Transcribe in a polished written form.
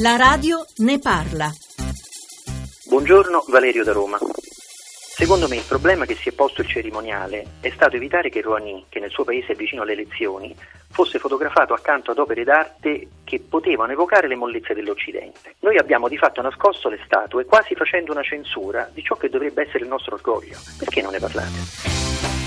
La radio ne parla. Buongiorno, Valerio da Roma. Secondo me il problema che si è posto il cerimoniale è stato evitare che Rouhani, che nel suo paese è vicino alle elezioni, fosse fotografato accanto ad opere d'arte che potevano evocare le mollezze dell'Occidente. Noi abbiamo di fatto nascosto le statue, quasi facendo una censura di ciò che dovrebbe essere il nostro orgoglio. Perché non ne parlate?